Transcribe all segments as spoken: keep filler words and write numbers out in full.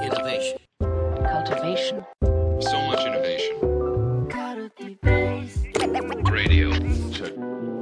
Innovation. Cultivation. So much innovation. Radio. Check.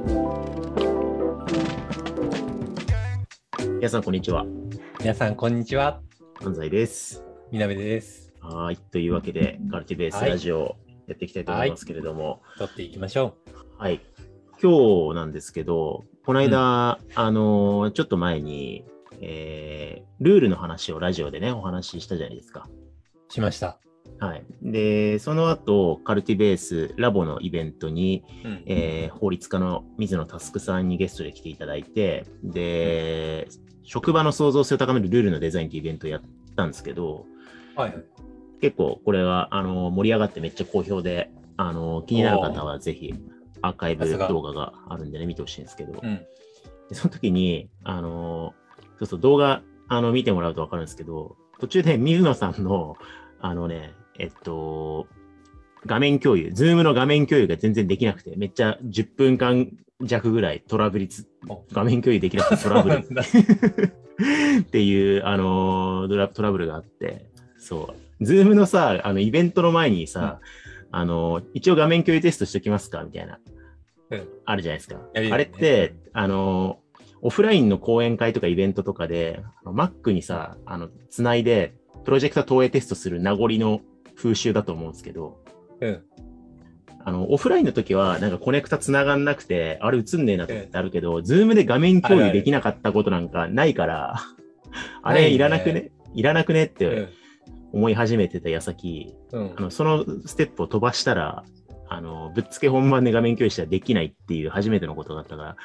皆さんこんにちは。 皆さんこんにちは。 安西です。 みなべです。 はい。というわけで、カルティベースラジオをやっていきたいと思いますけれども。 撮っていきましょう。はい。今日なんですけど、この間、うん、あの、ちょっと前に、えー、ルールの話をラジオでね、お話ししたじゃないですか。 しました。 はい。で、その後、カルティベースラボのイベントに、うんえー、法律家の水野佑さんにゲストで来ていただいて、で、うん、職場の創造性を高めるルールのデザインというイベントをやったんですけど、はい、結構これはあの盛り上がってめっちゃ好評で、あの気になる方はぜひアーカイブ動画があるんでね、見てほしいんですけど、うん、でその時に、あのそうそう動画あの見てもらうと分かるんですけど、途中で水野さんの、あのね、えっと、画面共有、ズームの画面共有が全然できなくて、めっちゃじゅっぷんかん弱ぐらいトラブりつ、画面共有できなくてトラブルっていう、あのー、トラブルがあって、そう。ズームのさ、あの、イベントの前にさ、うん、あのー、一応画面共有テストしときますかみたいな、うん、あるじゃないですか。ね、あれって、あのー、オフラインの講演会とかイベントとかで、Mac にさ、あの、つないで、プロジェクター投影テストする名残の風習だと思うんですけど、うん、あの、オフラインの時は、なんかコネクタ繋がんなくて、あれ映んねえなってあるけど、うん、ズームで画面共有できなかったことなんかないから、あ, あれいらなくね、いらなくねって思い始めてた矢先、うん、あのそのステップを飛ばしたら、あの、ぶっつけ本番で画面共有したらできないっていう初めてのことがあったから、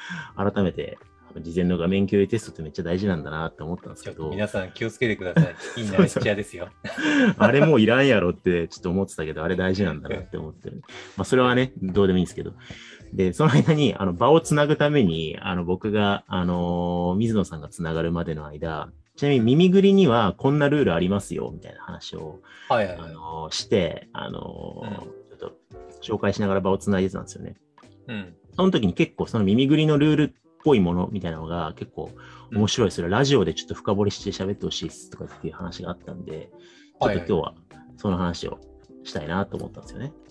改めて、事前の画面共有テストってめっちゃ大事なんだなって思ったんですけど。 皆さん気をつけてください。いいナレッチャーですよ。 あれもういらんやろってちょっと思ってたけど、あれ大事なんだなって思ってる。まあそれはね、どうでもいいんですけど。で、その間に、あの、場をつなぐために、あの、僕が、あのー、水野さんがつながるまでの間、ちなみに耳ぐりにはこんなルールありますよ、みたいな話を、はいはいはい、あのー、して、あのーうん、ちょっと紹介しながら場をつないでたんですよね。うん。その時に結構その耳ぐりのルールっぽいものみたいなのが結構面白い。それラジオでちょっと深掘りして喋ってほしいっすとかっていう話があったんで、ちょっと今日はその話をしたいなと思ったんですよね。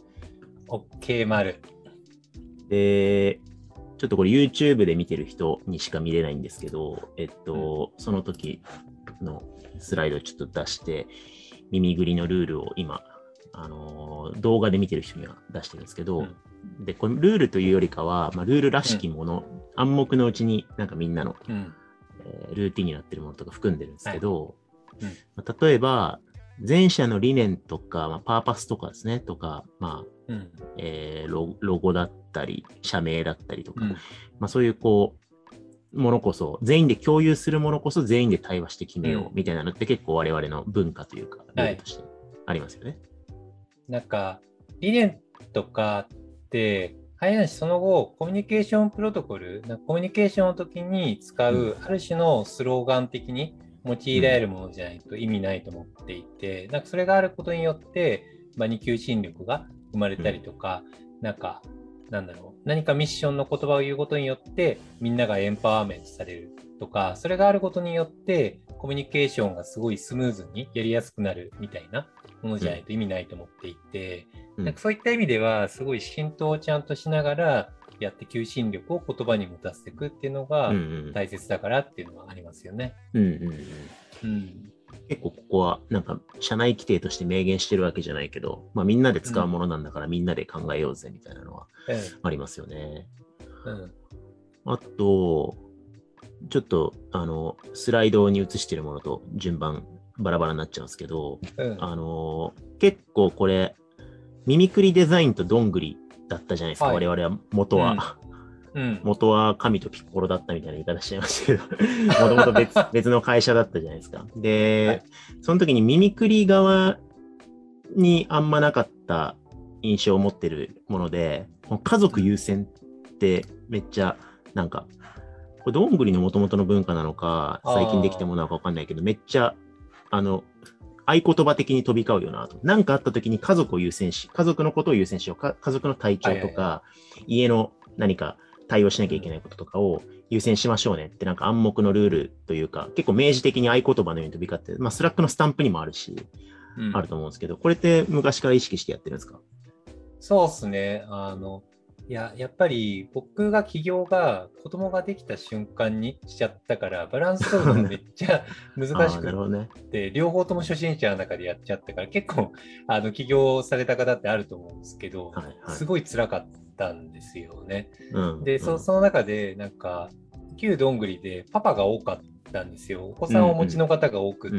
OK 丸。 で、ちょっとこれ YouTube で見てる人にしか見れないんですけど、えっと、うん、その時のスライドをちょっと出して、耳ぐりのルールを今、あのー、動画で見てる人には出してるんですけど、うん、で、これルールというよりかは、まあ、ルールらしきもの、うん、暗黙のうちになんかみんなの、うんえー、ルーティンになってるものとか含んでるんですけど、はいうんまあ、例えば、前者の理念とか、まあ、パーパスとかですね、とか、まあうんえー、ロ, ロゴだったり、社名だったりとか、うんまあ、そういうこう、ものこそ、全員で共有するものこそ全員で対話して決めようみたいなのって結構我々の文化というか、ルールとしてありますよね。はいなんか理念とかって早い話その後コミュニケーションプロトコルなんかコミュニケーションの時に使うある種のスローガン的に用いられるものじゃないと意味ないと思っていて、なんかそれがあることによってマニキュー心力が生まれたりとか、うん、なんかなんだろう何かミッションの言葉を言うことによってみんながエンパワーメントされるとか、それがあることによってコミュニケーションがすごいスムーズにやりやすくなるみたいなものじゃないと意味ないと思っていて、うん、なんかそういった意味ではすごい浸透をちゃんとしながらやって求心力を言葉に持たせていくっていうのが大切だからっていうのはありますよね。 うんうんうんうん、結構ここはなんか社内規定として明言してるわけじゃないけど、まあ、みんなで使うものなんだからみんなで考えようぜみたいなのはありますよね。うんうん、あとちょっとあのスライドに映してるものと順番バラバラになっちゃうんですけど、うん、あの結構これミミクリデザインとどんぐりだったじゃないですか、はい、我々は元は、うん、元は神とピッコロだったみたいな言い方しちゃいましたけどもともと別別の会社だったじゃないですか。で、はい、その時にミミクリ側にあんまなかった印象を持ってるもので、家族優先ってめっちゃなんかこれどんぐりの元々の文化なのか最近できたものなのか分かんないけど、めっちゃあの合言葉的に飛び交うよなと。何かあった時に家族を優先し、家族のことを優先しよう。か家族の体調とか、はいはいはい、家の何か対応しなきゃいけないこととかを優先しましょうねってなんか暗黙のルールというか、結構明示的に合言葉のように飛び交って、まあスラックのスタンプにもあるし、うん、あると思うんですけど、これって昔から意識してやってるんですか？ そうですね。あの、いや、やっぱり僕が起業が子供ができた瞬間にしちゃったから、バランス取るのがめっちゃ難しくて、ね、両方とも初心者の中でやっちゃったから、結構、あの、起業された方ってあると思うんですけど、はいはい、すごい辛かったんですよね。うん、で、うん、そ, その中で、なんか、旧どんぐりでパパが多かったんですよ。お子さんをお持ちの方が多くって、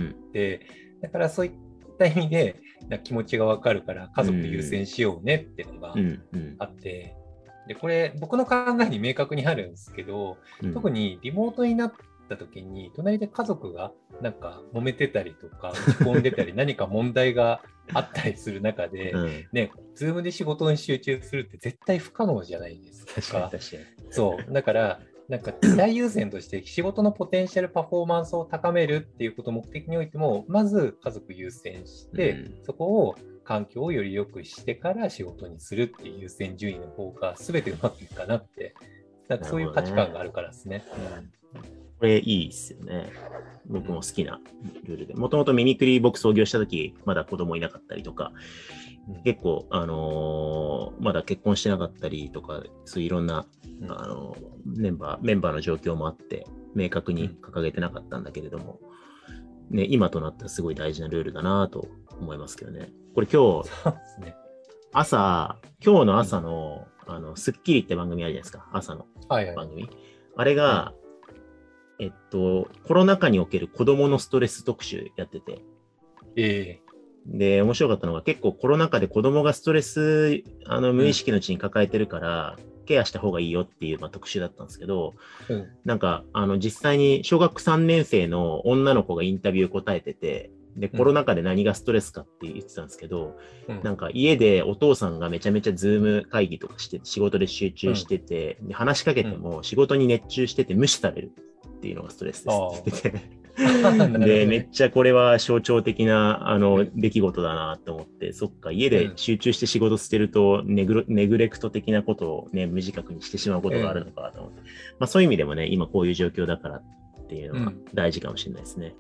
うんうん、だからそういった意味で、気持ちがわかるから家族優先しようねっていうのがあって、うんうんでこれ僕の考えに明確にあるんですけど、うん、特にリモートになった時に隣で家族がなんか揉めてたりとか打ち込んでたり何か問題があったりする中で、うんね、ズームで仕事に集中するって絶対不可能じゃないですか。 確かに確かに。 そうだからなんか大優先として仕事のポテンシャルパフォーマンスを高めるっていうことを目的においてもまず家族優先して、うん、そこを環境をより良くしてから仕事にするっていう優先順位の方が全てうまくいくかなって、なんかそういう価値観があるからですね。 うん、これいいっすよね。僕も好きなルールで。もともとミミクリ僕創業した時まだ子供いなかったりとか、うん、結構、あのー、まだ結婚してなかったりとか、そういういろんな、うん、あのー、メンバー、メンバーの状況もあって、明確に掲げてなかったんだけれども、うん、ね、今となったらすごい大事なルールだなと思いますけどね。これ今日、そうですね、朝、今日の朝の、うん、あの、スッキリって番組あるじゃないですか。朝の番組。はいはい、あれが、はい、えっと、コロナ禍における子供のストレス特集やってて。えー、で、面白かったのが結構コロナ禍で子供がストレス、あの、無意識のうちに抱えてるから、うん、ケアした方がいいよっていう、まあ、特集だったんですけど、うん、なんか、あの、実際に小学さんねん生の女の子がインタビュー答えてて、で、コロナ禍で何がストレスかって言ってたんですけど、うん、なんか家でお父さんがめちゃめちゃズーム会議とかして、仕事で集中してて、うん、で話しかけても仕事に熱中してて無視されるっていうのがストレスですって言ってて。で、めっちゃこれは象徴的な、あの、出来事だなと思って、そっか、家で集中して仕事してると、ネグ、ネグレクト的なことをね、無自覚にしてしまうことがあるのかと思って。まあそういう意味でもね、今こういう状況だからっていうのは大事かもしれないですね。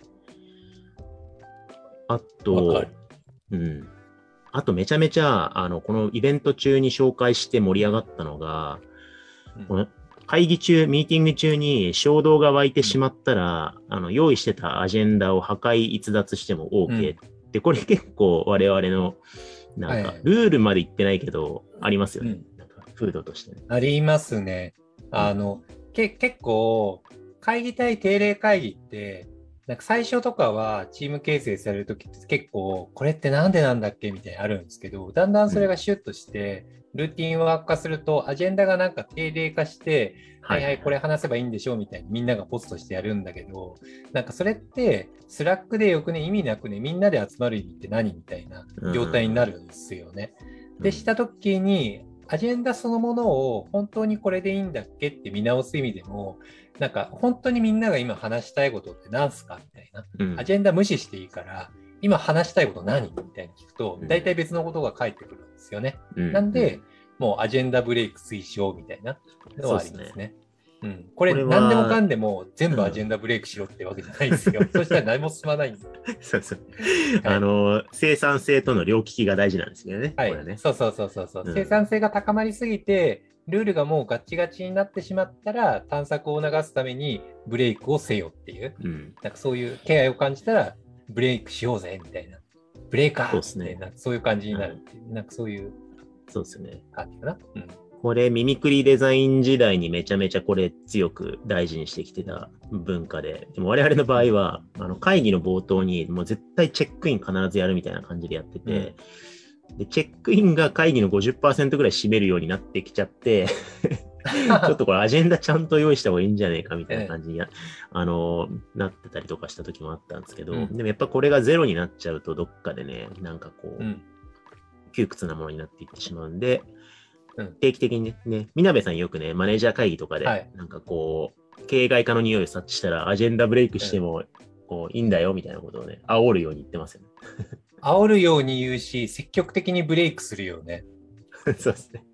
あと、うん。あとめちゃめちゃ、あの、このイベント中に紹介して盛り上がったのが、うん、この会議中、ミーティング中に衝動が湧いてしまったら、うん、あの、用意してたアジェンダを破壊逸脱しても OK、うん、で、これ結構我々の、なんか、ルールまで言ってないけど、はい、ありますよね。うん、なんか風土としてね。 ありますね。あの、うん、け結構、会議体定例会議って、なんか最初とかはチーム形成されるときって結構これってなんでなんだっけみたいなのあるんですけど、だんだんそれがシュッとしてルーティンワーク化するとアジェンダがなんか定例化して、はいはいこれ話せばいいんでしょうみたいにみんながポストしてやるんだけど、なんかそれってスラックでよくね意味なくねみんなで集まる意味って何みたいな状態になるんですよね。でしたときにアジェンダそのものを本当にこれでいいんだっけって見直す意味でも、なんか本当にみんなが今話したいことって何すかみたいな、うん、アジェンダ無視していいから今話したいこと何みたいに聞くと大体別のことが返ってくるんですよね、うん、なんで、うん、もうアジェンダブレイク推奨みたいなのはありますね。うん、これ何でもかんでも全部アジェンダブレイクしろってわけじゃないですよ、うん、そしたら何も進まないんですそうそう、はい、あの生産性との両利きが大事なんですよね。 はい、ね、そうそうそうそうそう、うん、生産性が高まりすぎてルールがもうガッチガチになってしまったら探索を促すためにブレイクをせよっていう、うん、なんかそういう気配を感じたらブレイクしようぜみたいな、ブレイカーってそう、ね、なんかそういう感じになるっていう、うん、なんかそういうそうですね感じかな。うん、 これミミクリデザイン時代にめちゃめちゃこれ強く大事にしてきてた文化で、でも我々の場合はあの会議の冒頭にもう絶対チェックイン必ずやるみたいな感じでやってて、うん、でチェックインが会議の ごじゅっパーセント ぐらい占めるようになってきちゃってちょっとこれアジェンダちゃんと用意した方がいいんじゃねえかみたいな感じにな、ええ、あのなってたりとかした時もあったんですけど、うん、でもやっぱこれがゼロになっちゃうとどっかでねなんかこう、うん、窮屈なものになっていってしまうんで、うん、定期的にね、ね、みなべさんよくね、マネージャー会議とかで、はい、なんかこう、形骸化の匂いを察知したら、アジェンダブレイクしても、こう、いいんだよ、みたいなことをね、煽るように言ってますよね。 煽るように言うし、積極的にブレイクするよね。 そうですね。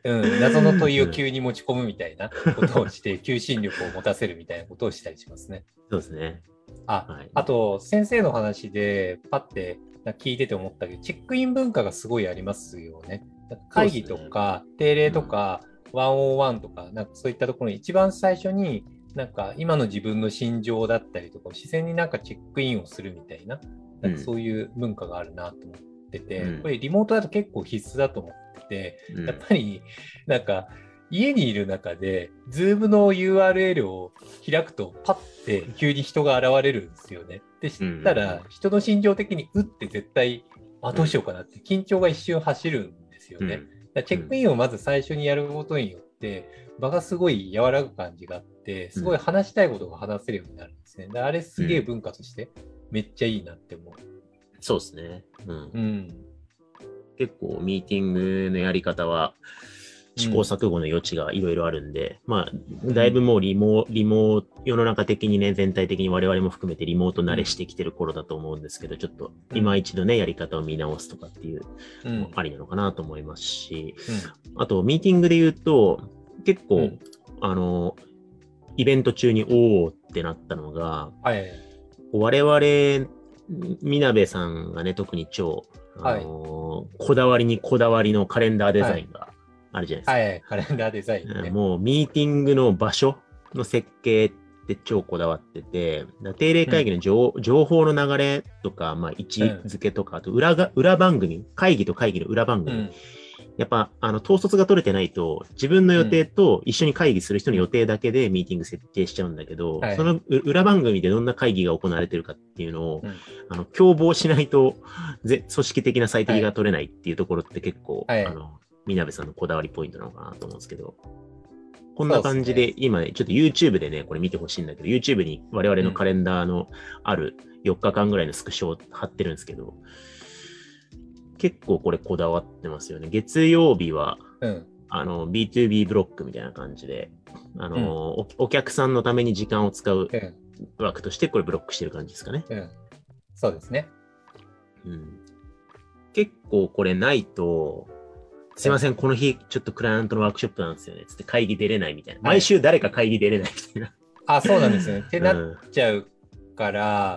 うん、謎の問いを急に持ち込むみたいなことをして、求心力を持たせるみたいなことをしたりしますね。 そうですね。 あ、 はい、 あと、先生の話で、パッて聞いてて思ったけど、チェックイン文化がすごいありますよね。会議とか、定例とか、ワンオーワンとか、なんかそういったところに一番最初に、なんか今の自分の心情だったりとか、自然になんかチェックインをするみたいな、なんかそういう文化があるなと思ってて、うん、これリモートだと結構必須だと思ってて、うん、やっぱりなんか家にいる中で、Zoom の ユーアールエル を開くと、パッて急に人が現れるんですよね。で、知ったら、人の心情的に、うって絶対、あ、どうしようかなって、緊張が一瞬走るんですよね。うん、だチェックインをまず最初にやることによって、場がすごい和らぐ感じがあって、すごい話したいことが話せるようになるんですね。だあれすげえ文化として、めっちゃいいなって思う。 そうですね。うん。 うん、 結構、ミーティングのやり方は、試行錯誤の余地がいろいろあるんで、うん、まあ、だいぶもうリモ、リモ、世の中的にね、全体的に我々も含めてリモート慣れしてきてる頃だと思うんですけど、ちょっと今一度ね、やり方を見直すとかっていうのもありなのかなと思いますし、うん、あと、ミーティングで言うと、結構、うん、あの、イベント中におーってなったのが、はい、我々、みなべさんがね、特に超、あの、はい、こだわりにこだわりのカレンダーデザインが、はいあるじゃないですか。 はい、カレンダーデザイン、ね。 もうミーティングの場所の設計って超こだわってて、定例会議の情、うん、情報の流れとか、まあ、位置づけとか、うん、あと裏が、裏番組、会議と会議の裏番組。うん、やっぱ、あの、統率が取れてないと、自分の予定と一緒に会議する人の予定だけでミーティング設定しちゃうんだけど、うん、その裏番組でどんな会議が行われてるかっていうのを、うん、あの、共謀しないと、ぜ組織的な最適が取れないっていうところって結構、はい、あの、みなべさんのこだわりポイントなのかなと思うんですけど、こんな感じで、今ね、ちょっと YouTube でね、これ見てほしいんだけど、YouTube に我々のカレンダーのあるよっかかんぐらいのスクショを貼ってるんですけど、結構これこだわってますよね。月曜日は、うん、あの、ビーツービー ブロックみたいな感じで、あの、うん、お、お客さんのために時間を使う枠としてこれブロックしてる感じですかね。 うん、そうですね。 うん。結構これないと、すいません、この日、ちょっとクライアントのワークショップなんですよね。つって会議出れないみたいな。毎週誰か会議出れないみたいな。 あ、そうなんですね。ってなっちゃうから、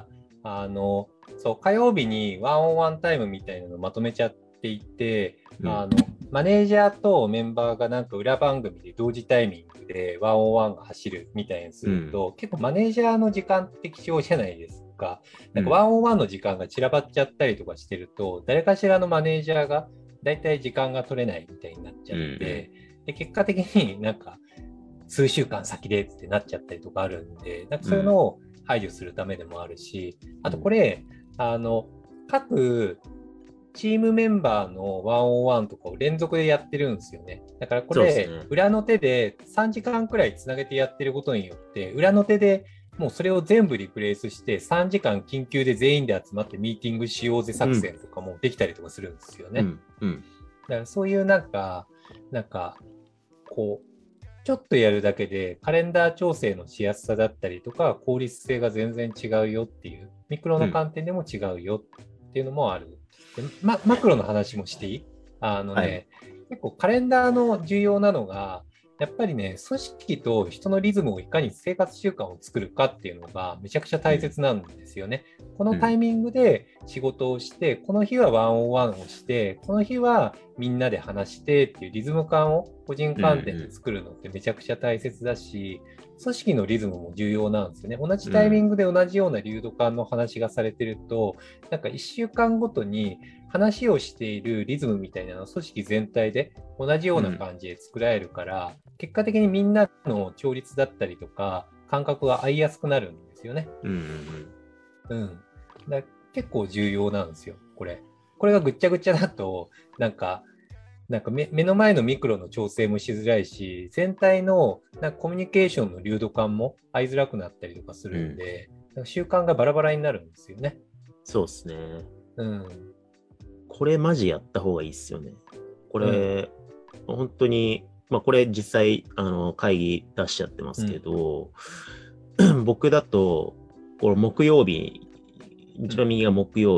うん、あの、そう、火曜日にワンオンワンタイムみたいなのをまとめちゃっていて、うん、あの、マネージャーとメンバーがなんか裏番組で同時タイミングでワンオンワンが走るみたいにすると、うん、結構マネージャーの時間って貴重じゃないですか。なんかワンオンワンの時間が散らばっちゃったりとかしてると、誰かしらのマネージャーがだいたい時間が取れないみたいになっちゃって、うん、で結果的になんか数週間先でってなっちゃったりとかあるんで、なんかそういうのを排除するためでもあるし、うん、あとこれ、あの、各チームメンバーのワンオンワンとかを連続でやってるんですよね。だからこれ、ね、裏の手でさんじかんくらいつなげてやってることによって、裏の手でもうそれを全部リプレイスしてさんじかん緊急で全員で集まってミーティングしようぜ作戦とかもできたりとかするんですよね。うんうん、だからそういうなんか、なんか、こう、ちょっとやるだけでカレンダー調整のしやすさだったりとか効率性が全然違うよっていう、ミクロの観点でも違うよっていうのもある。でま、マクロの話もしていい？あのね、はい、結構カレンダーの重要なのが、やっぱりね、組織と人のリズムをいかに生活習慣を作るかっていうのがめちゃくちゃ大切なんですよね。うん、このタイミングで仕事をして、この日はワンオンワンをして、この日はみんなで話してっていうリズム感を個人観点で作るのってめちゃくちゃ大切だし、組織のリズムも重要なんですよね。同じタイミングで同じような流動感の話がされてると、なんかいっしゅうかんごとに話をしているリズムみたいなのを組織全体で同じような感じで作られるから、うん、結果的にみんなの調律だったりとか感覚が合いやすくなるんですよね。うんうんうん。うん。だ結構重要なんですよ、これ。これがぐっちゃぐちゃだと、なんか、なんか 目, 目の前のミクロの調整もしづらいし、全体のなんかコミュニケーションの流動感も合いづらくなったりとかするんで、うん、習慣がバラバラになるんですよね。 そうですね。 うん。 これマジやった方がいいっすよね。これ、うん、本当に、まあこれ実際あの会議出しちゃってますけど、うん、僕だとこれ木曜日、一番右が木曜日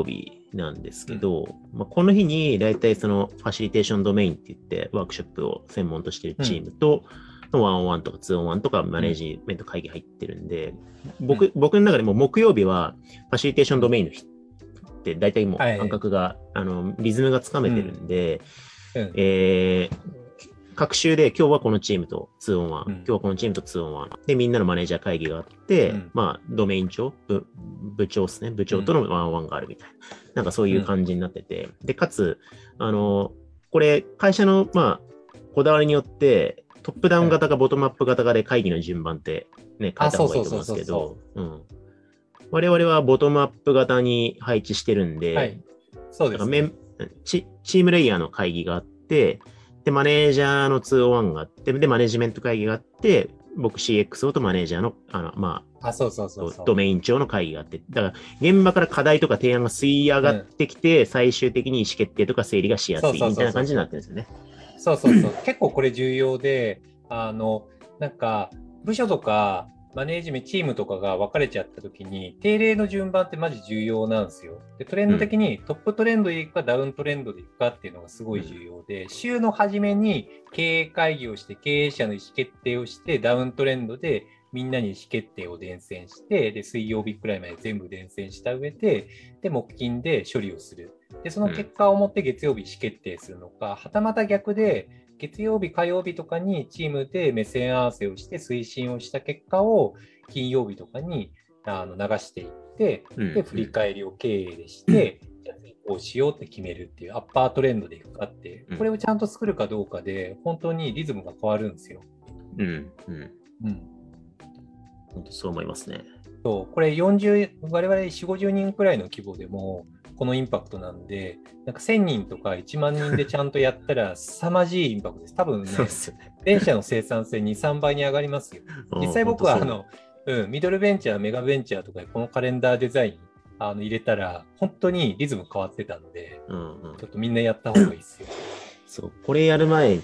なんですけど、うんまあ、この日に大体そのファシリテーションドメインって言ってワークショップを専門としているチームと、うん、ワンオンワンとかツーオンワンとかマネジメント会議入ってるんで、うん、僕, 僕の中でも木曜日はファシリテーションドメインの日って大体もう感覚が、はい、あのリズムがつかめてるんで、うんうんえー各週で今日はこのチームとツーオンワン、うん、今日はこのチームとツーオンワンでみんなのマネージャー会議があって、うん、まあドメイン長部、部長ですね、部長とのワンオンワンがあるみたいな、うん、なんかそういう感じになってて、うん、でかつあのこれ会社のまあこだわりによってトップダウン型かボトムアップ型かで会議の順番ってね変えた方がいいと思うんですけど、我々はボトムアップ型に配置してるんで、はい、 そうですね。 チ、チームレイヤーの会議があってで、マネージャーのツーオンワンがあって、で、マネジメント会議があって、僕 シーエックスオー とマネージャーの、あの、まあ、 あ、そうそうそうそうドメイン長の会議があって、だから、現場から課題とか提案が吸い上がってきて、うん、最終的に意思決定とか整理がしやすいみたいな感じになってるんですよね。 そうそうそう。結構これ重要で、あの、なんか、部署とか、マネージメントチームとかが分かれちゃった時に定例の順番ってマジ重要なんですよ。でトレンド的にトップトレンドでいくかダウントレンドでいくかっていうのがすごい重要で、うん、週の初めに経営会議をして経営者の意思決定をしてダウントレンドでみんなに意思決定を伝染してで水曜日くらいまで全部伝染した上でで木金で処理をする。でその結果をもって月曜日意思決定するのか、はたまた逆で月曜日、火曜日とかにチームで目線合わせをして推進をした結果を金曜日とかにあの流していって、うん、で振り返りを経営でして、うん、じゃあこうしようって決めるっていうアッパートレンドでいくかって、これをちゃんと作るかどうかで本当にリズムが変わるんですよ。 うんうんうん。本当そう思いますね。 そうこれよんじゅう我々よんじゅう、ごじゅうにんくらいの規模でもこのインパクトなんで、なんかせんにんとかいちまんにんでちゃんとやったら凄まじいインパクトです。多分ね、電車の生産性に、さんばいに上がりますよ。実際僕はあの、うん、ミドルベンチャー、メガベンチャーとかでこのカレンダーデザインあの入れたら、本当にリズム変わってたので、うんうん、ちょっとみんなやった方がいいですよ。 そう、これやる前って、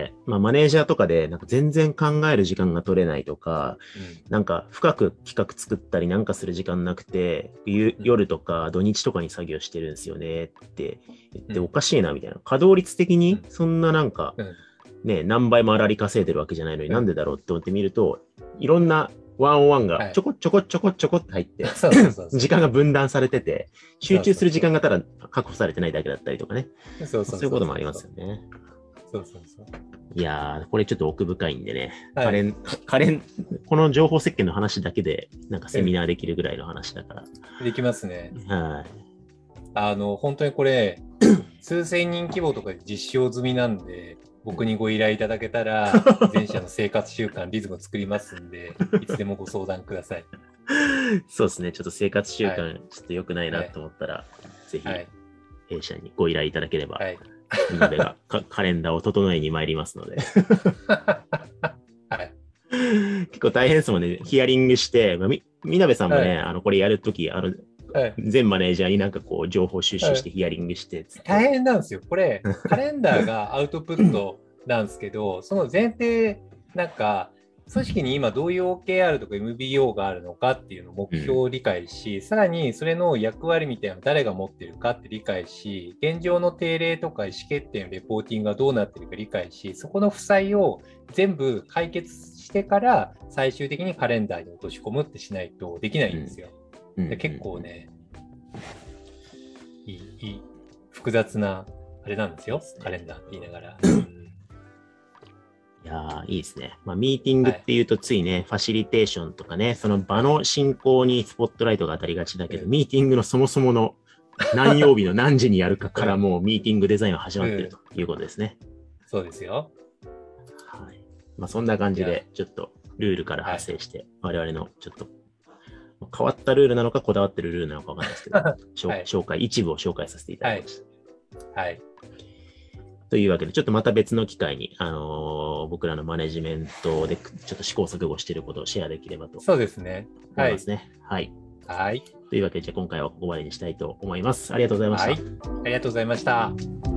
まあ、マネージャーとかで、なんか全然考える時間が取れないとか、うん、なんか深く企画作ったりなんかする時間なくて、夜とか土日とかに作業してるんですよねって言って、おかしいなみたいな。稼働率的にそんななんか、ね、何倍も粗利稼いでるわけじゃないのになんでだろうって思ってみると、いろんなワンオンワンがちょこちょこちょこちょこって入って、時間が分断されてて、集中する時間がただ確保されてないだけだったりとかね。そういうこともありますよね。 そうそうそう。 いやー、これちょっと奥深いんでね、はい、カレン、カレン、この情報設計の話だけで、なんかセミナーできるぐらいの話だから。 できますね。 はい。 あの、本当にこれ、数千人規模とかで実証済みなんで、僕にご依頼いただけたら、全社の生活習慣、リズムを作りますんで、いつでもご相談ください。 そうですね。ちょっと生活習慣、はい、ちょっと良くないなと思ったら、はい、ぜひ、弊社にご依頼いただければ、はい、みんなでがカレンダーを整えに参りますので。はい、結構大変ですもんね。ヒアリングして、まあ、み、みなべさんもね、はい、あの、これやるとき、あの、はい、全マネージャーになんかこう情報収集してヒアリングしてつって、 はい、大変なんですよ。これカレンダーがアウトプットなんですけど、その前提なんか組織に今どういう オーケーアール とか エムビーオー があるのかっていうのを目標を理解し、うん、さらにそれの役割みたいなのを誰が持ってるかって理解し、現状の定例とか意思決定のレポーティングがどうなってるか理解し、そこの負債を全部解決してから最終的にカレンダーに落とし込むってしないとできないんですよ。うんで結構ね、いい、いい、複雑なあれなんですよ、カレンダーって言いながら。うん、 いやー、いいですね。まあ、ミーティングっていうとついね、はい、ファシリテーションとかね、その場の進行にスポットライトが当たりがちだけど、うん、ミーティングのそもそもの何曜日の何時にやるかからもうミーティングデザインは始まってるということですね。 うん、そうですよ。 はい。まあ、そんな感じで、ちょっとルールから派生して、はい、我々のちょっと、変わったルールなのかこだわってるルールなのかわかんないですけど、はい、紹介、一部を紹介させていただきました。 はい。はい、 というわけで、ちょっとまた別の機会に、あのー、僕らのマネジメントでちょっと試行錯誤していることをシェアできればとそうですね。 思いますね。はい。 はい。 というわけで、じゃあ今回はここまでにしたいと思います。ありがとうございました。はい。 ありがとうございました。